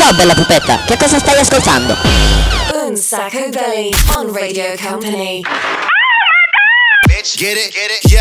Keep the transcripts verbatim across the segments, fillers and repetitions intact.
Ciao bella pupetta, che cosa stai ascoltando? Un Sacco Belly on Radio Company. Bitch, get it, get it, yo.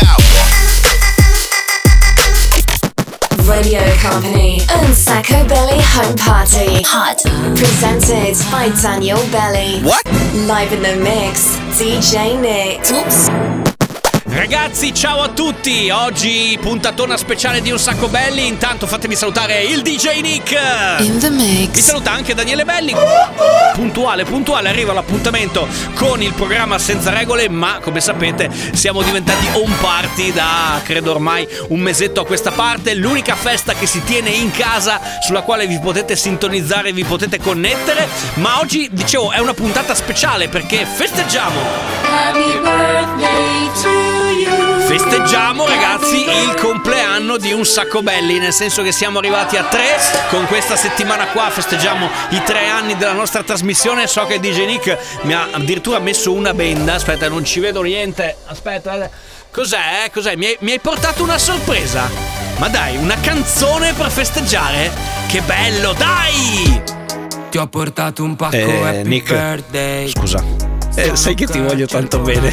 Radio Company Un Sacco Belly Home Party. Hot. Presented by Daniel Belly. What? Live in the mix, D J Nick. Oops. Ragazzi, ciao a tutti! Oggi puntatona speciale di Un Sacco Belli. Intanto fatemi salutare il D J Nick. In the mix. Vi saluta anche Daniele Belli. Puntuale, puntuale, arriva l'appuntamento con il programma Senza Regole. Ma come sapete siamo diventati home party da credo ormai un mesetto a questa parte. L'unica festa che si tiene in casa, sulla quale vi potete sintonizzare, vi potete connettere. Ma oggi, dicevo, è una puntata speciale perché festeggiamo Happy birthday to you. Festeggiamo, ragazzi, il compleanno di Un Sacco Belli, nel senso che siamo arrivati a tre. Con questa settimana qua festeggiamo i tre anni della nostra trasmissione. So che D J Nick mi ha addirittura messo una benda. Aspetta, non ci vedo niente. Aspetta, cos'è? Cos'è? Mi hai, mi hai portato una sorpresa? Ma dai, una canzone per festeggiare? Che bello, dai! Ti ho portato un pacco eh, Happy Nick, birthday. Scusa, eh, sai che ti voglio tanto bene.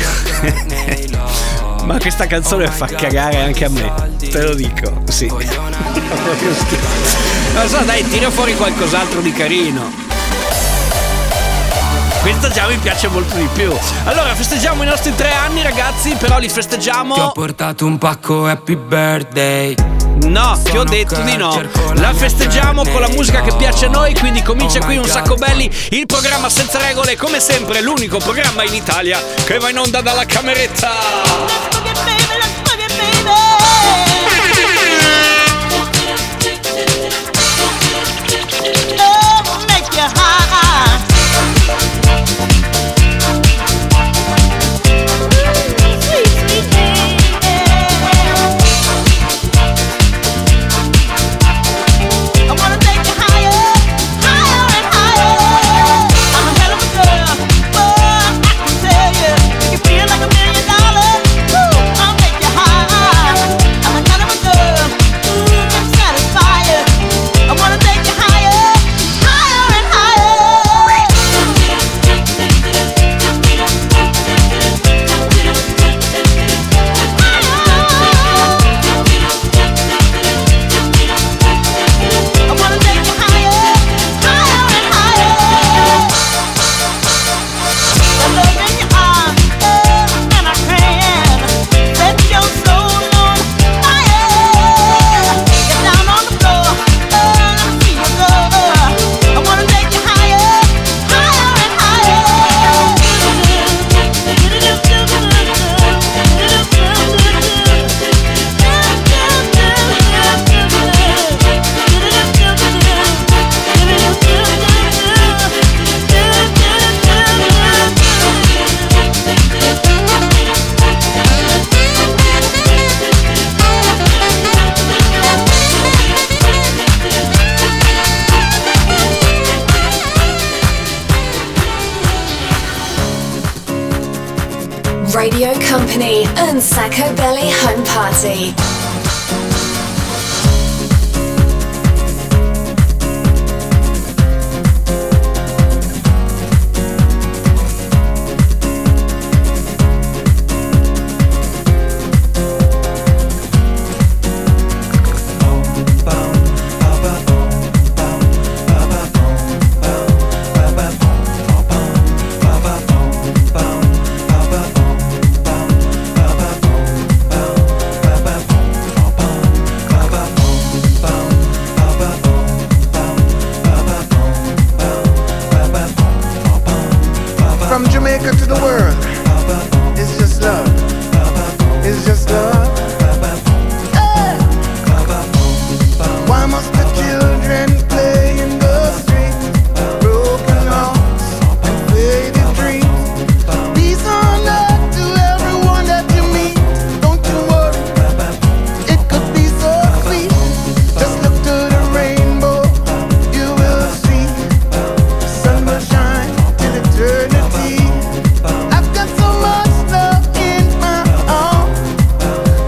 Ma questa canzone fa cagare anche a me, te lo dico, sì. Non so, dai, tira fuori qualcos'altro di carino. Questa già mi piace molto di più. Allora, festeggiamo i nostri tre anni, ragazzi, però li festeggiamo. Ti ho portato un pacco Happy birthday. No, ti ho detto di no. La festeggiamo con la musica che piace a noi. Quindi comincia qui Un Sacco Belli, il programma senza regole, come sempre l'unico programma in Italia che va in onda dalla cameretta. Radio Company Un Sacco Belly Home Party. From Jamaica to the world, it's just love, it's just love. Hey. Why must the children play in the streets? Broken hearts and faded dreams. Peace on earth to everyone that you meet. Don't you worry, it could be so sweet. Just look to the rainbow, you will see. The sun will shine till eternity. I've got so much love in my arms.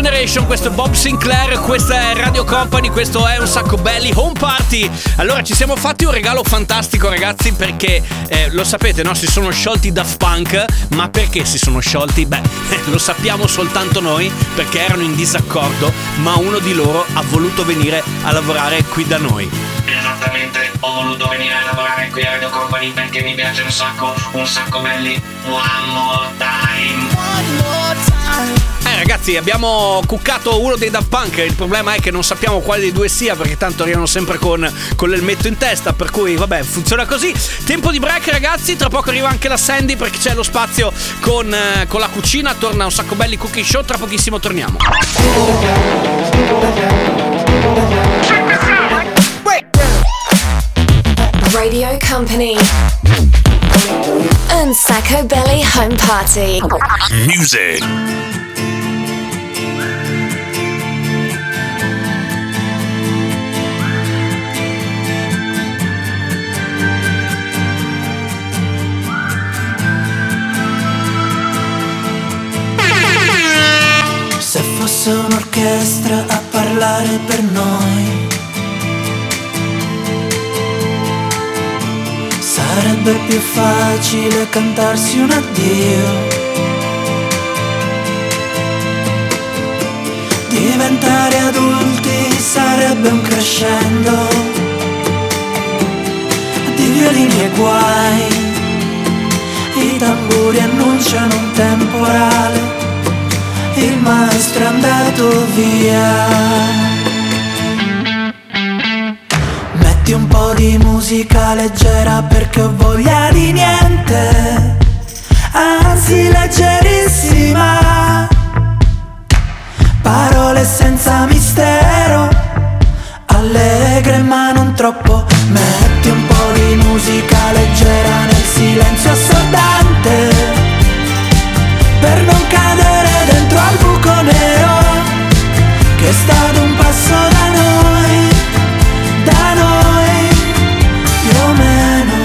Generation, questo è Bob Sinclair, questa è Radio Company, questo è Un Sacco Belli Home Party. Allora ci siamo fatti un regalo fantastico, ragazzi, perché eh, lo sapete, no? Si sono sciolti i Daft Punk. Ma perché si sono sciolti? Beh, lo sappiamo soltanto noi, perché erano in disaccordo, ma uno di loro ha voluto venire a lavorare qui da noi. Esattamente, ho voluto venire a lavorare qui a Radio Company perché mi piace un sacco, un sacco belli. One more time. One more time. Eh ragazzi, abbiamo cuccato uno dei Daft Punk. Il problema è che non sappiamo quale dei due sia, perché tanto arrivano sempre con, con l'elmetto in testa. Per cui vabbè, funziona così. Tempo di break, ragazzi. Tra poco arriva anche la Sandy, perché c'è lo spazio con, eh, con la cucina. Torna Un Sacco Belli Cooking Show. Tra pochissimo torniamo. Radio Company. Un Sacco Belly Home Party. Music. Se fosse un'orchestra a parlare per noi, sarebbe più facile cantarsi un addio. Diventare adulti sarebbe un crescendo di violini e guai. I tamburi annunciano un temporale. Il maestro è andato via. Metti un po' di musica leggera perché ho voglia di niente, anzi leggerissima. Parole senza mistero, allegre ma non troppo. Metti un po' di musica leggera nel silenzio assordante, per non cadere dentro al buco nero che sta ad un passo da noi, da noi, più o meno.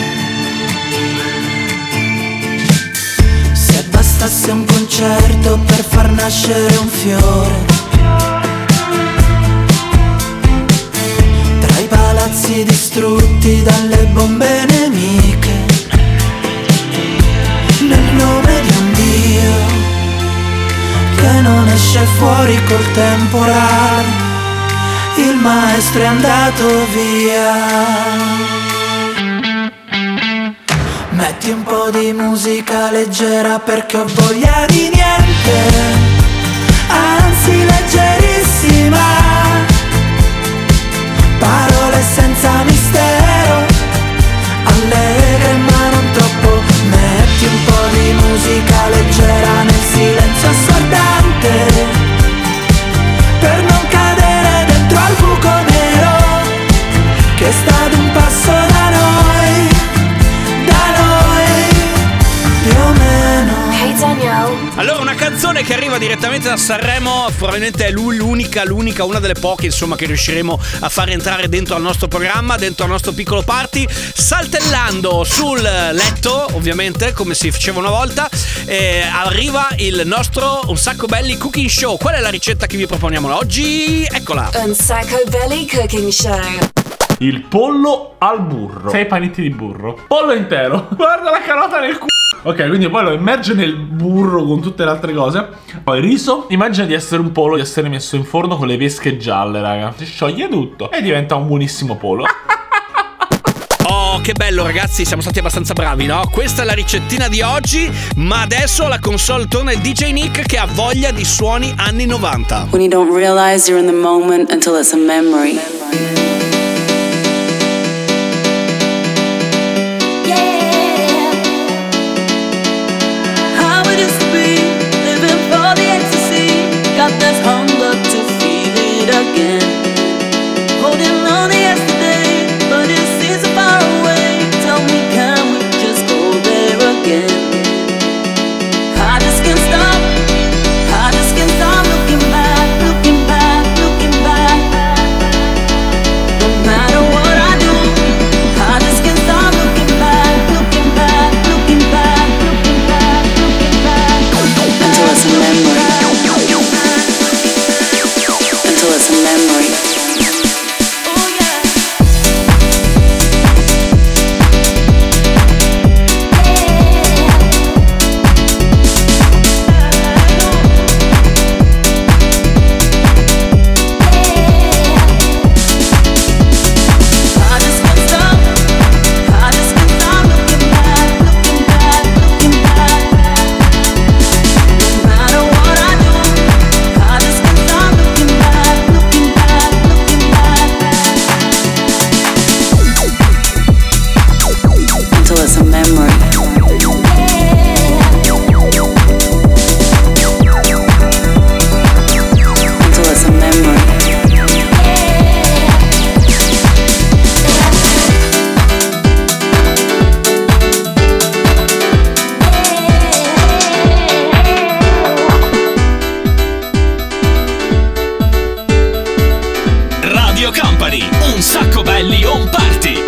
Se bastasse un concerto per far nascere un fiore, tra i palazzi distrutti dalle bombe nemiche, nel nome di un Dio che non esce fuori col temporale, il maestro è andato via. Metti un po' di musica leggera perché ho voglia di niente, anzi leggerissima. Parole senza mistero, allegre ma non troppo. Metti un po' di musica leggera nel silenzio assordante, per non cadere dentro al buco nero che sta ad un passo da noi, da noi, più o meno. Hey Daniel. Allora, una canzone che arriva direttamente da Sanremo, probabilmente è lui l'unica, l'unica, una delle poche, insomma, che riusciremo a far entrare dentro al nostro programma, dentro al nostro piccolo party, saltellando sul letto, ovviamente, come si faceva una volta. Eh, arriva il nostro Un Sacco Belli Cooking Show. Qual è la ricetta che vi proponiamo oggi? Eccola. Un Sacco Belly Cooking Show. Il pollo al burro. Sei panetti di burro. Pollo intero. Guarda la carota nel culo. Ok, quindi poi lo immerge nel burro con tutte le altre cose. Poi il riso. Immagina di essere un pollo, di essere messo in forno con le pesche gialle, raga. Si scioglie tutto e diventa un buonissimo pollo. Oh, che bello, ragazzi, siamo stati abbastanza bravi, no? Questa è la ricettina di oggi, ma adesso alla console torna il D J Nick che ha voglia di suoni anni novanta. When you don't realize you're in the moment until it's a memory. Got this hunger to feel it again. Holding on to yesterday, but it seems so far away. Tell me, can we just go there again? I just can't stop. I just can't stop looking back, looking back, looking back. No matter what I do, I just can't stop looking back, looking back, looking back, looking back, looking back. Until it's a memory. Sacco Belli Home Party.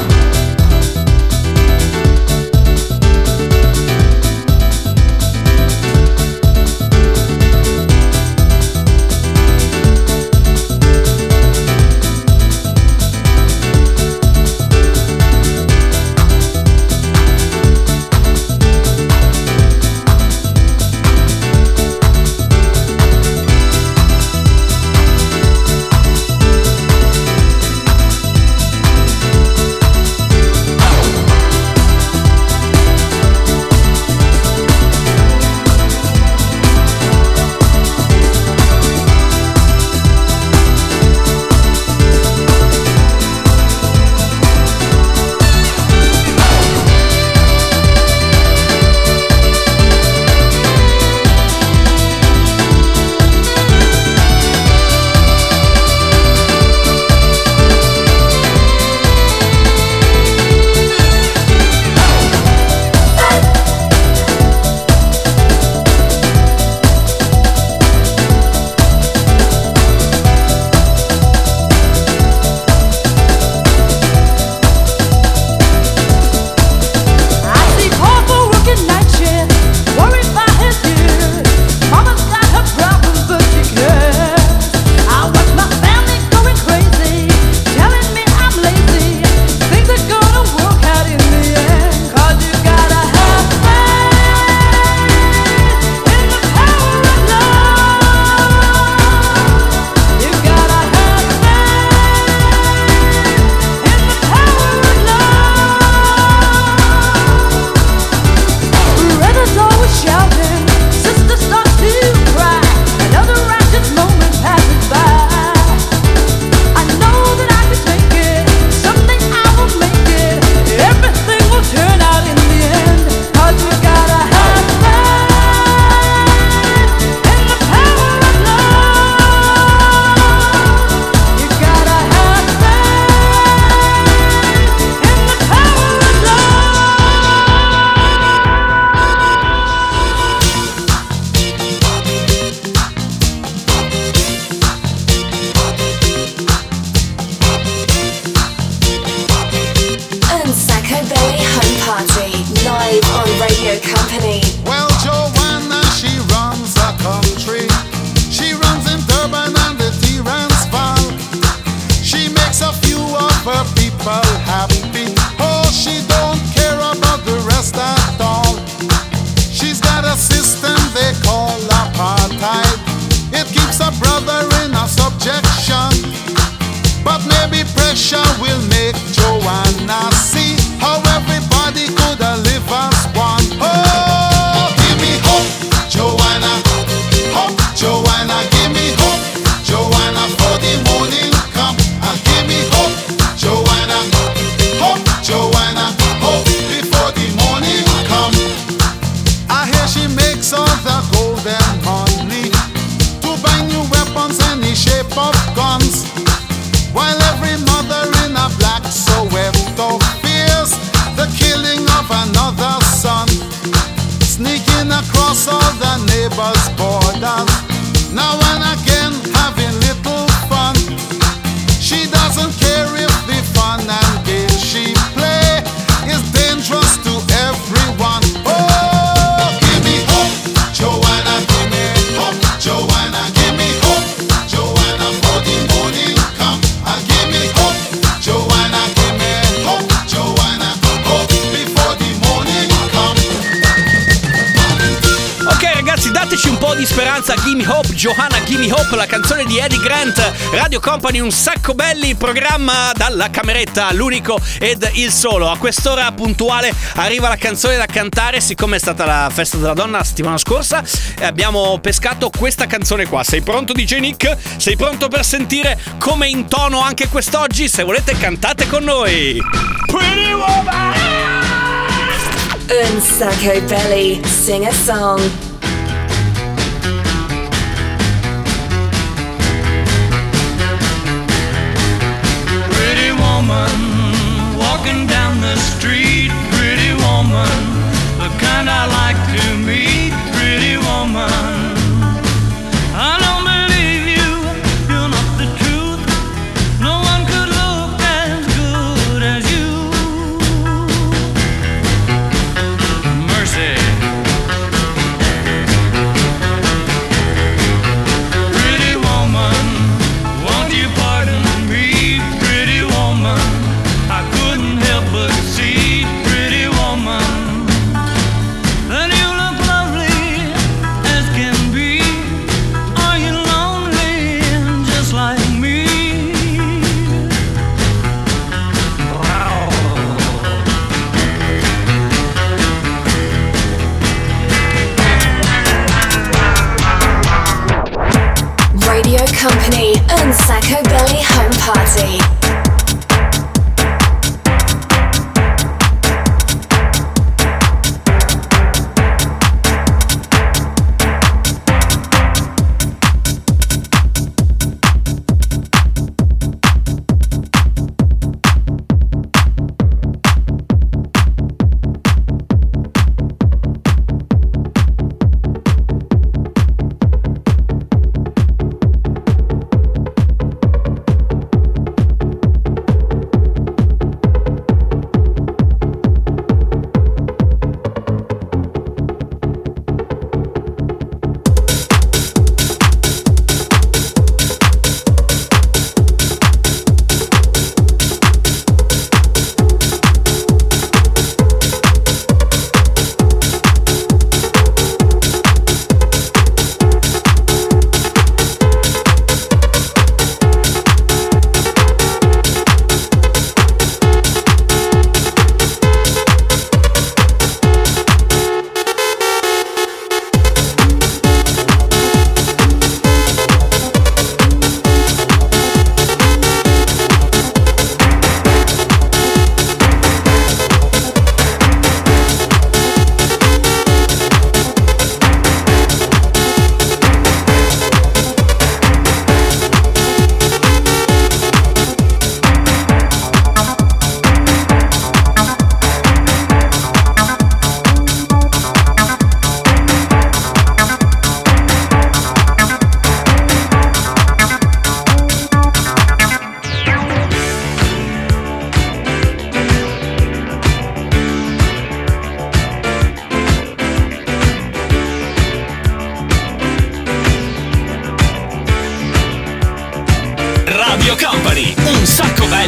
Gimme Hope, Johanna Gimme Hope, la canzone di Eddie Grant. Radio Company, un sacco belli, programma dalla cameretta, l'unico ed il solo. A quest'ora puntuale arriva la canzone da cantare. Siccome è stata la festa della donna la settimana scorsa, abbiamo pescato questa canzone qua. Sei pronto D J Nick? Sei pronto per sentire come intono anche quest'oggi? Se volete cantate con noi. Pretty Woman! Un Sacco Belly, sing a song. Walking down the street, pretty woman, the kind I like to meet, pretty woman. I don't believe you, you're not the truth. No one could look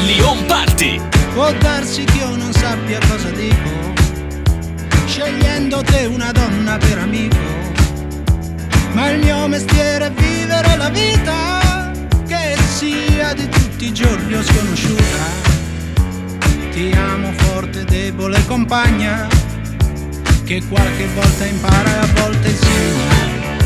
Only On Party. Può darsi che io non sappia cosa dico, scegliendo te una donna per amico, ma il mio mestiere è vivere la vita, che sia di tutti i giorni o sconosciuta. Ti amo forte, debole compagna, che qualche volta impara e a volte insegna.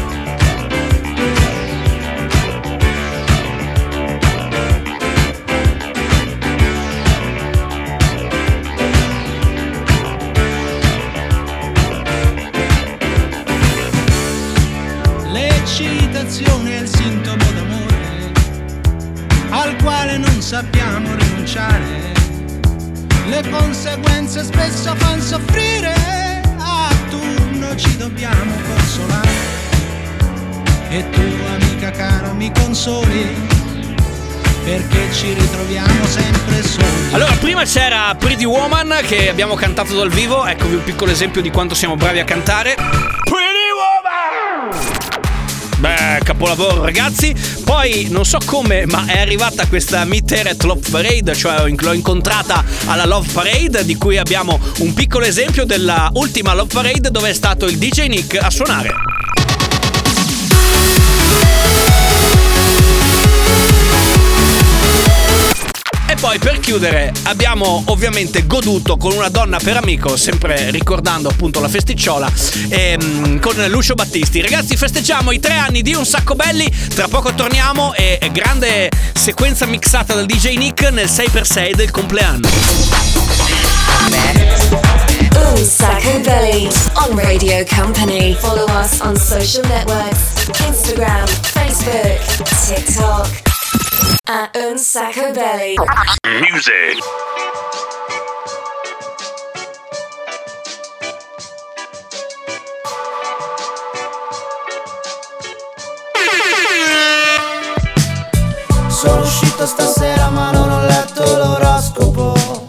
L'eccitazione è il sintomo d'amore al quale non sappiamo rinunciare. Le conseguenze spesso fanno soffrire, a turno ci dobbiamo consolare. E tu, amica cara, mi consoli, perché ci ritroviamo sempre soli. Allora, prima c'era Pretty Woman che abbiamo cantato dal vivo. Eccovi un piccolo esempio di quanto siamo bravi a cantare. Pretty Woman! Beh, capolavoro ragazzi. Poi non so come, ma è arrivata questa Meet Her at Love Parade, cioè l'ho incontrata alla Love Parade, di cui abbiamo un piccolo esempio della ultima Love Parade, dove è stato il D J Nick a suonare. E poi per chiudere abbiamo ovviamente goduto con una donna per amico, sempre ricordando appunto la festicciola, ehm, con Lucio Battisti. Ragazzi, festeggiamo i tre anni di Un Sacco Belli, tra poco torniamo e grande sequenza mixata dal D J Nick nel sei per sei del compleanno. Un Sacco Belly on Radio Company. Follow us on social networks, Instagram, Facebook, TikTok. At Un Sacco Belly. Music. Sono uscito stasera ma non ho letto l'oroscopo.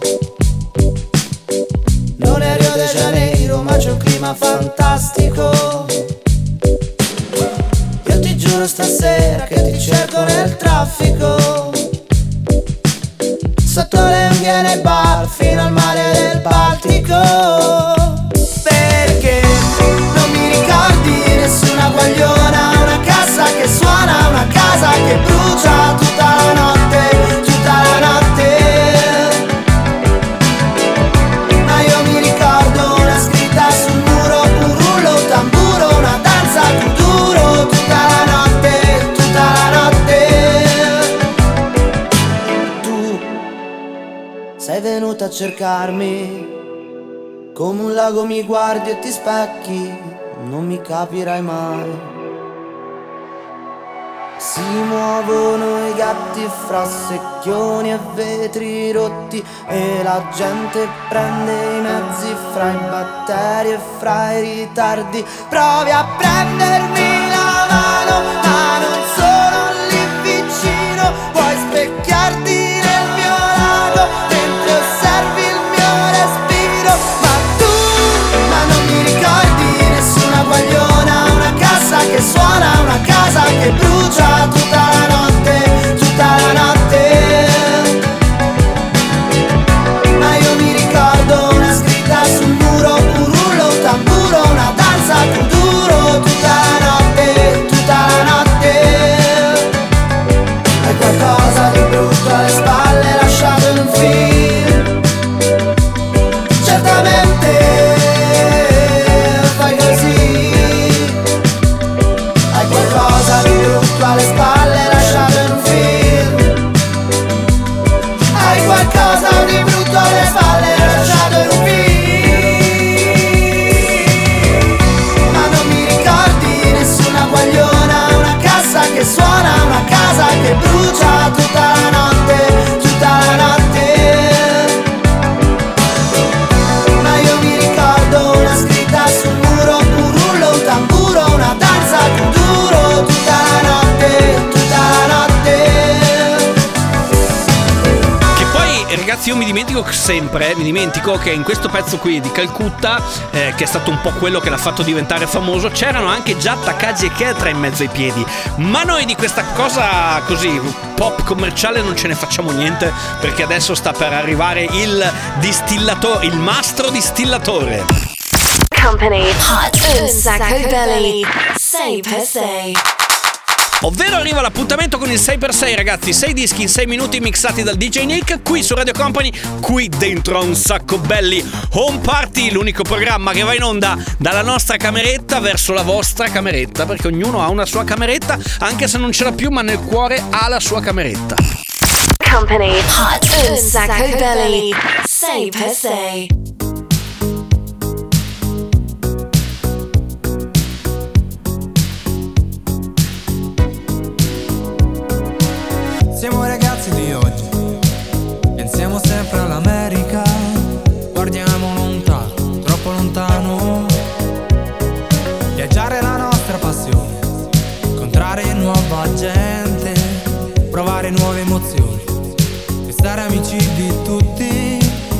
Non è Rio de Janeiro ma c'è un clima fantastico. Io ti giuro stasera che ti cerco nel traffico, sotto le unghie nei bar fino al mare del Baltico. Perché non mi ricordi nessuna guagliona, una casa che suona, una casa che brucia tutta la notte, tutta la notte. Ma io mi ricordo una scritta sul muro, un rullo, un tamburo, una danza kuduro, tutta la notte, tutta la notte. Tu sei venuta a cercarmi, come un lago mi guardi e ti specchi, non mi capirai mai. Si muovono i gatti fra secchioni e vetri rotti, e la gente prende i mezzi fra i batteri e fra i ritardi. Provi a prendermi la mano, ma non sono lì vicino. Puoi specchiarti nel mio lago mentre osservi il mio respiro. Ma tu, ma non mi ricordi nessuna guagliona, una casa che suona, una casa che brucia tutta la notte, tutta la notte. Ma io mi ricordo una scritta sul muro, un rullo, un tamburo, una danza kuduro, tutta la notte, tutta la notte. Hai qualcosa di brutto alle spalle lasciato in un film, certamente fai così. Hai qualcosa di brutto alle spalle lasciato in un film, hai qualcosa di brutto alle spalle lasciato in un film. Ma non mi ricordi nessuna guagliona, una casa che suona, una casa che brucia tutta la notte, tutta la notte. Ma io mi ricordo una scritta sul muro, un rullo, un tamburo, una danza kuduro, tutta la notte, tutta la notte. Che poi ragazzi, io mi dimentico sempre, mi dimentico che in questo pezzo qui di Calcutta, eh, che è stato un po' quello che l'ha fatto diventare famoso, c'erano anche già Takagi e Ketra in mezzo ai piedi. Ma noi di questa cosa così pop commerciale non ce ne facciamo niente, perché adesso sta per arrivare il distillatore, il mastro distillatore. Company Hot un sacco belli sei per sei. Ovvero arriva l'appuntamento con il sei per sei, ragazzi. sei dischi in sei minuti mixati dal D J Nick, qui su Radio Company, qui dentro a Un Sacco Belli Home Party, l'unico programma che va in onda dalla nostra cameretta verso la vostra cameretta, perché ognuno ha una sua cameretta, anche se non ce l'ha più, ma nel cuore ha la sua cameretta. Company Hot un sacco belli sei per sei. Siamo ragazzi di oggi, pensiamo sempre all'America, guardiamo lontano, troppo lontano. Viaggiare è la nostra passione, incontrare nuova gente, provare nuove emozioni e stare amici di tutti.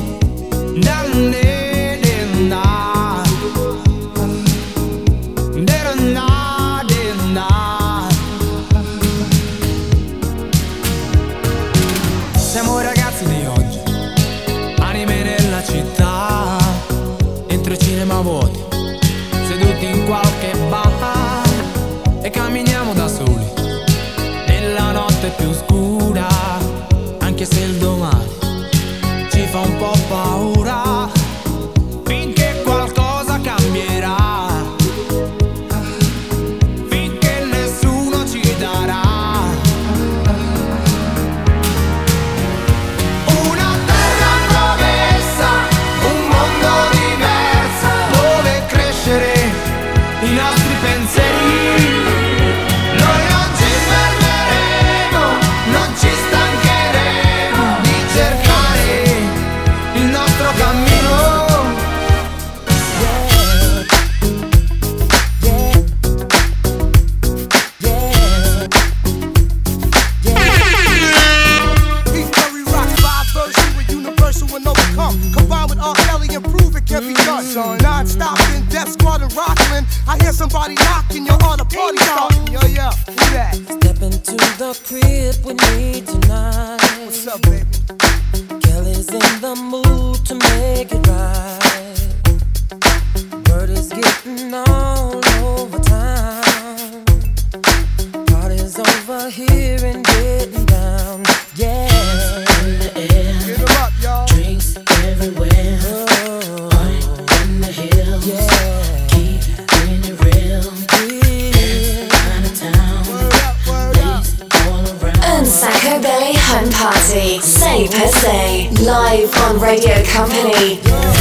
Siamo ragazzi di oggi, anime nella città, dentro i cinema vuoti, seduti in qualche bar e camminiamo da soli nella notte più scura, anche se il domani ci fa un po' paura, finché qualcosa cambierà, finché nessuno ci darà una terra promessa, un mondo diverso, dove crescere i nostri pensieri. Noi non ci fermeremo, non ci stancheremo di cercare il nostro cammino. Beat Curry rock vibe version with universal and overcome. Combined with R. Kelly and prove it can be done. Non-stop in Death Squad and Rockland. I hear somebody knocking, you're on a party starting. Yo, yo, who that? Step into the crib with me tonight. What's up, baby? Kelly's in the mood to make it right. Word is getting all over town. Party's over here and getting down. Yeah. In the air. Get 'em up, y'all. Drinks everywhere. Oh. In the hills. Yeah. Keep doing it real. Out of town. Word up, word up. All around. Un sacco belli home party sei per sei live on Radio Company.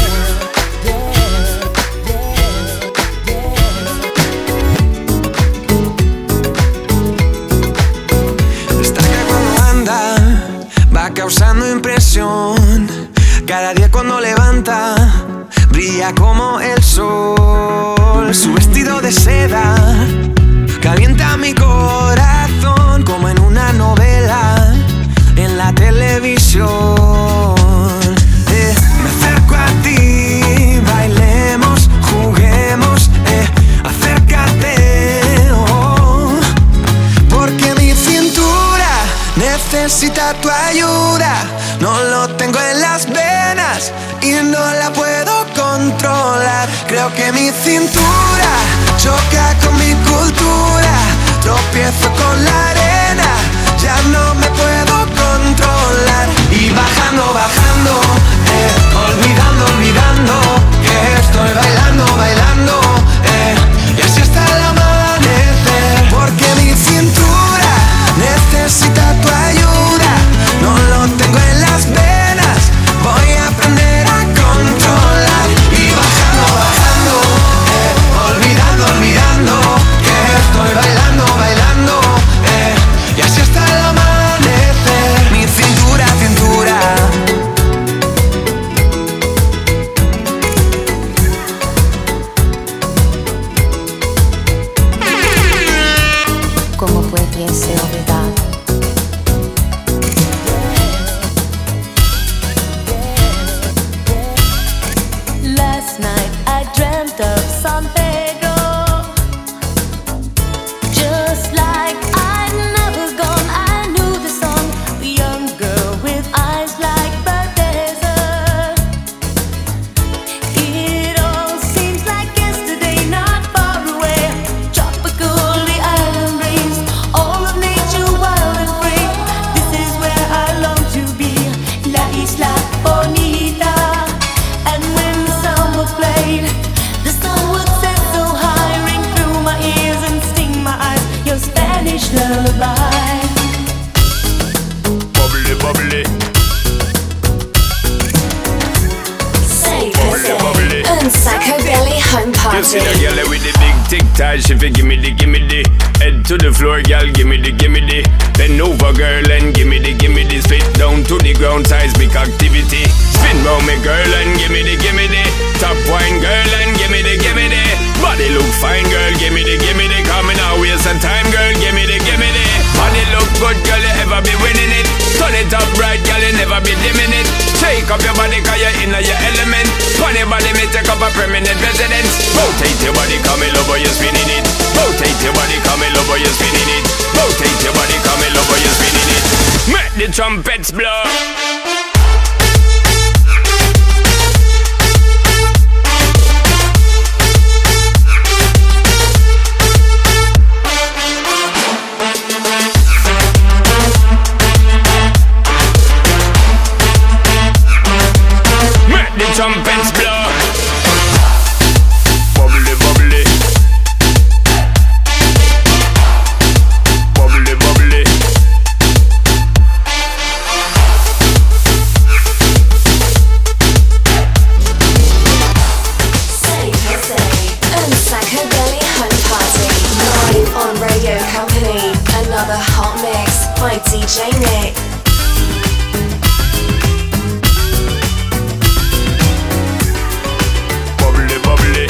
Destaca cuando anda, va causando impresión. Cada día cuando levanta, brilla como el sol. Su vestido de seda calienta mi corazón como en una novela en la televisión. Eh, me acerco a ti, bailemos, juguemos, eh, acércate, oh, porque mi cintura necesita tu ayuda. No lo tengo en las venas y no la puedo controlar. Creo que mi cintura choca con mi cultura. Tropiezo con la arena, ya no me puedo controlar. Y bajando, bajando, eh, olvidando, olvidando que estoy bailando, bailando, eh, y así hasta el amanecer. Porque mi cintura necesita tu ayuda. No lo tengo en las venas, voy a aprender a controlar. Y bajando, bajando, eh, olvidando, olvidando que estoy bailando, bailando, eh, y así hasta el amanecer. Mi cintura, cintura party. The girl with the big tic tac, she fi gimme the gimme the. Head to the floor, girl, gimme the gimme the. Bend over, girl, and gimme the gimme the. Spit down to the ground, seismic activity. Spin round me, girl, and gimme the gimme the. Top wine, girl, and gimme the gimme the. Body look fine, girl, gimme the gimme the. Coming out, waste some time, girl, gimme the gimme the. Body look good, girl, you ever be winning it. Turn it up right, girl, you never be dimming it. Shake up your body, cause you're in your element. Funny body, me take up a permanent residence. Rotate your body, come in over, you're spinning it. Rotate your body, come in over, you're spinning it. Rotate your body, come in over, you're spinning it. Make the trumpets blow. Trumpets blow. Bubbly, bubbly. Bubbly, bubbly. Say Jose and Sacco Belly Home Party live on Radio Company. Another hot mix by D J Nick. Bubbly.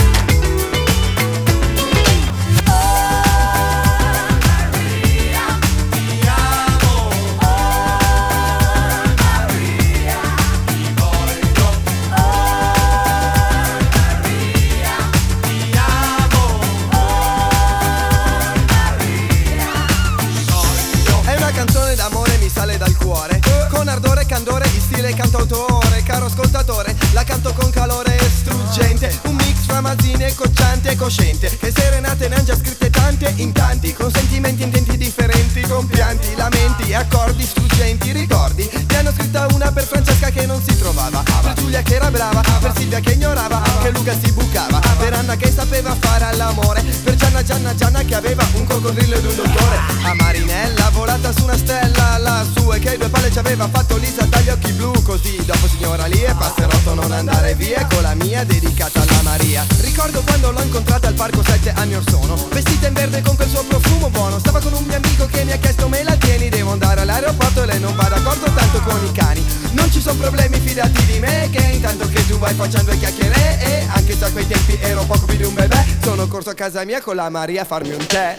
È una canzone d'amore, mi sale dal cuore. Con ardore e candore di stile cantautore. Caro ascoltatore, la canto con calore struggente. Un mix fra mazzine, cocciante e cosciente. Che serenate ne han già scritte tante in tanti. Con sentimenti intenti differenti, con pianti, lamenti e accordi struggenti. Ricordi? Ne hanno scritta una per Francesca che non si trovava, per Giulia che era brava, per Silvia che ignorava, che Luca si bucava, per Anna che sapeva fare all'amore, per Gianna Gianna Gianna che aveva un coccodrillo ed un dottore. A Marinella volata su una stella lassù e che due palle ci aveva fatto Lisa dagli occhi blu. Così dopo signora lì e passerotto non andare via, con la mia dedicata alla Maria. Ricordo quando l'ho incontrata al parco sette anni or sono, vestita in verde con quel suo profumo buono. Stava con un mio amico che mi ha chiesto me la tieni, devo andare all'aeroporto e lei non va d'accordo tanto con i cani. Non ci sono problemi, fidati di me, che intanto che tu vai facendo le chiacchiere. E anche se a quei tempi ero poco più di un bebè, sono corso a casa mia con la Maria a farmi un tè.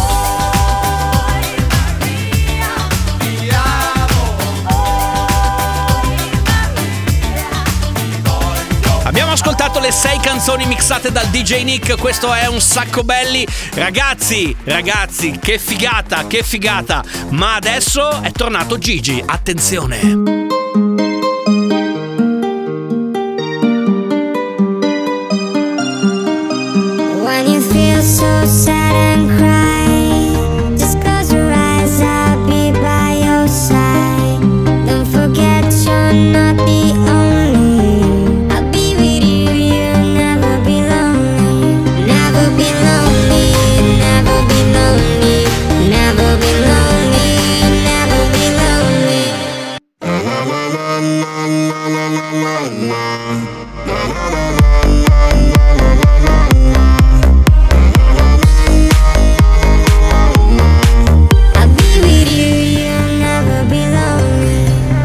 Abbiamo ascoltato le sei canzoni mixate dal D J Nick, questo è Un Sacco Belli. Ragazzi, ragazzi, che figata, che figata. Ma adesso è tornato Gigi, attenzione. When you feel so sad and cry, just close your eyes, I'll be by your side. Don't forget you're not the only. I'll be with you, you'll never be lonely. Never be lonely, never be lonely. Never be lonely, never be lonely. I'll be with you, you'll never be lonely.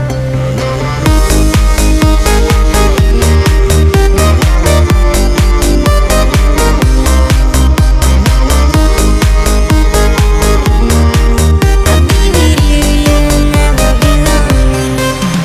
I'll be with you, you'll never be lonely.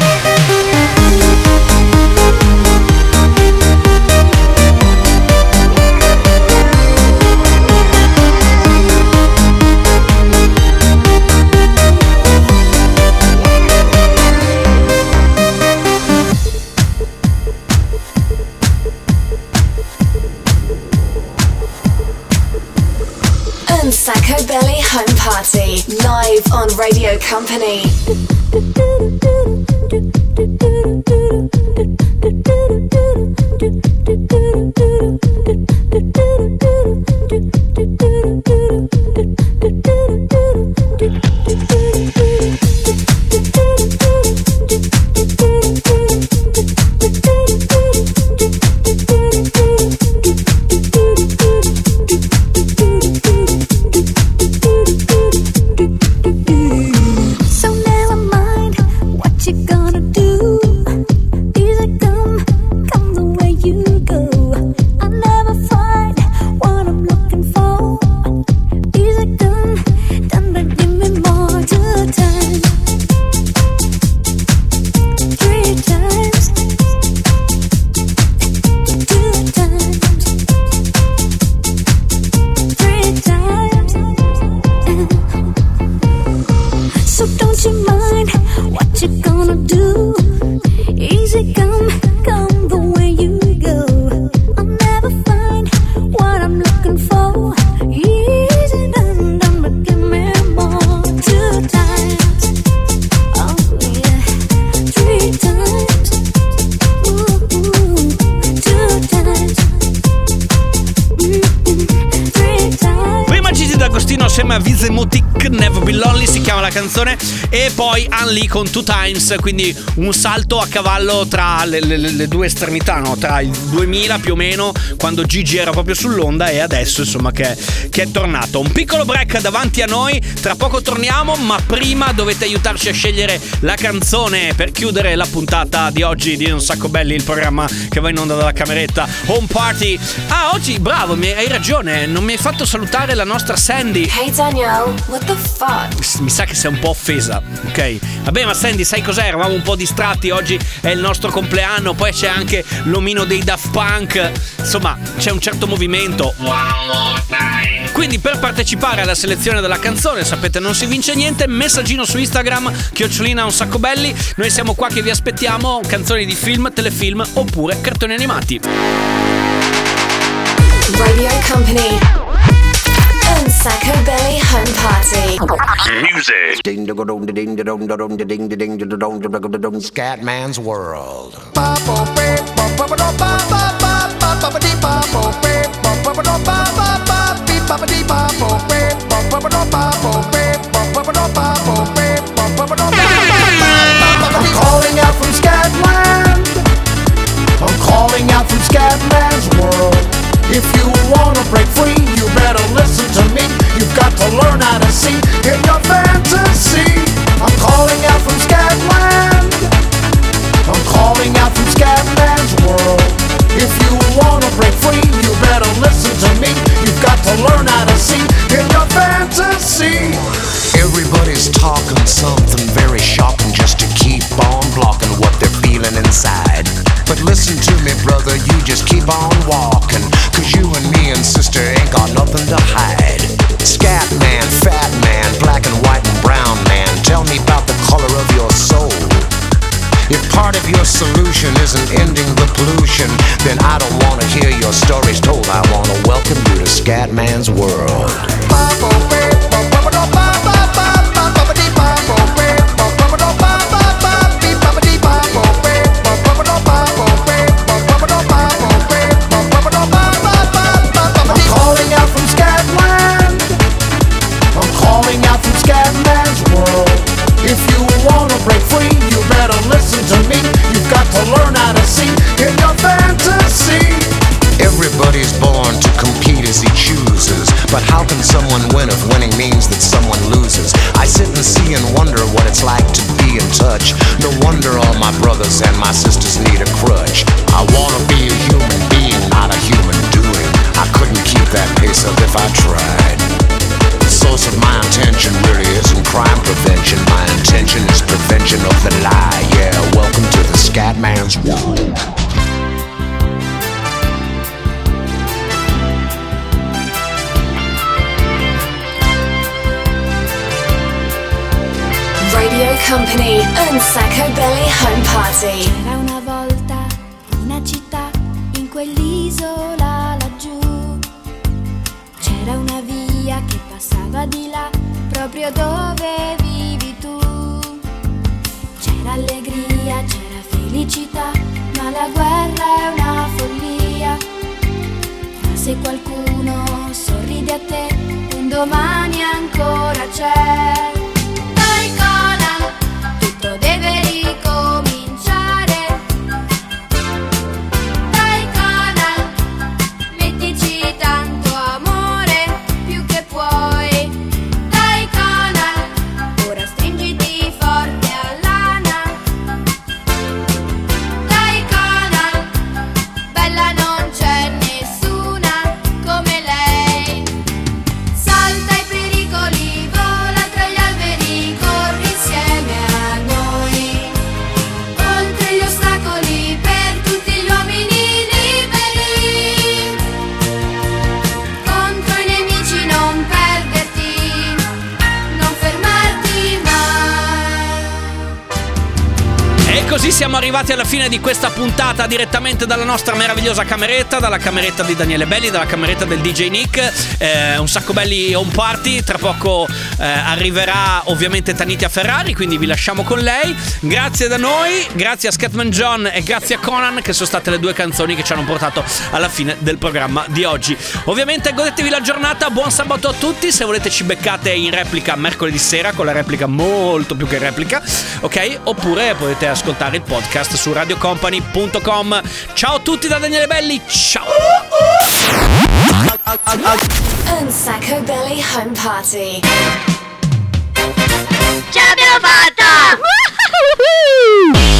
Un Sacco Belly Home Party live on Radio Company. Azemotic, Never Be Lonely si chiama la canzone, e poi Unli con Two Times, quindi un salto a cavallo tra le, le, le due estremità, no? Tra il duemila più o meno, quando Gigi era proprio sull'onda, e adesso insomma che, che è tornato. Un piccolo break davanti a noi, tra poco torniamo, ma prima dovete aiutarci a scegliere la canzone per chiudere la puntata di oggi di Un Sacco Belli, il programma che va in onda dalla cameretta Home Party. Ah, oggi, bravo, mi, hai ragione, non mi hai fatto salutare la nostra Sandy. Hey Danielle, what the fuck? Mi sa che sei un po' offesa, ok? Vabbè, ma Sandy, sai cos'è? Eravamo un po' distratti, oggi è il nostro compleanno, poi c'è anche l'omino dei Daft Punk, insomma c'è un certo movimento. Quindi per partecipare alla selezione della canzone, sapete, non si vince niente, messaggino su Instagram, chiocciolina Un Sacco Belli, noi siamo qua che vi aspettiamo, canzoni di film, telefilm oppure cartoni animati. Radio Company, Un Sacco Belly Home Party. Music. Scatman's World. I'm calling out from Scatland. I'm calling out from Scatman's World. If you wanna break free, you better listen to me. You've got to learn how to see in your fantasy. I'm calling out from Scatland. I'm calling out from Scatman's World. If you wanna break free, you better listen to me. You've got to learn how to see in your fantasy. Everybody's talking something very shocking just to keep on blocking what they're feeling inside. But listen to me, brother, you just keep on walking, cause you and me and sister ain't got nothing to hide. Scat man, fat man, black and white and brown man, tell me about the color of your soul. If part of your solution isn't ending the pollution, then I don't want to hear your stories told. I want to welcome you to Scatman's World. I'm calling out from Scatland. I'm calling out from Scatman's World. If you wanna break free, you better listen to me. You've got to learn how to see in your fantasy. Everybody's born to compete as he chooses, but how can someone win if winning means that someone loses? I sit and see and wonder what it's like to be in touch. No wonder all my brothers and my sisters need a crutch. I wanna be a human being, not a human doing. I couldn't keep that pace up if I tried. The source of my intention really isn't crime prevention. My intention is prevention of the lie. Yeah, welcome to the Scatman's World. Radio Company, Un Sacco Belly Home Party. C'era una volta una città in quell'isola laggiù. C'era una via che passava di là, proprio dove vivi tu. C'era allegria, c'era felicità, ma la guerra è una follia. Ma se qualcuno sorride a te, un domani ancora c'è. Dai Conan, tutto deve ricominciare. Dai Conan, mettici tanto amore, più che puoi. Dai Conan, ora stringiti forte all'ana. Dai Conan, bella non c'è nessuna come lei. Salta i pericoli, vola tra gli alberi. siamo arrivati alla fine di questa puntata direttamente dalla nostra meravigliosa cameretta, dalla cameretta di Daniele Belli, dalla cameretta del D J Nick. eh, Un sacco belli home party. Tra poco eh, arriverà ovviamente Tanitia Ferrari, quindi vi lasciamo con lei. Grazie da noi, grazie a Scatman John e grazie a Conan, che sono state le due canzoni che ci hanno portato alla fine del programma di oggi. Ovviamente godetevi la giornata, buon sabato a tutti. Se volete ci beccate in replica mercoledì sera, con la replica molto più che replica, ok? Oppure potete ascoltare il podcast su radio company punto com. Ciao a tutti da Daniele Belli, ciao! Un Sacco Belly Home Party. Ce l'abbiamo fatta!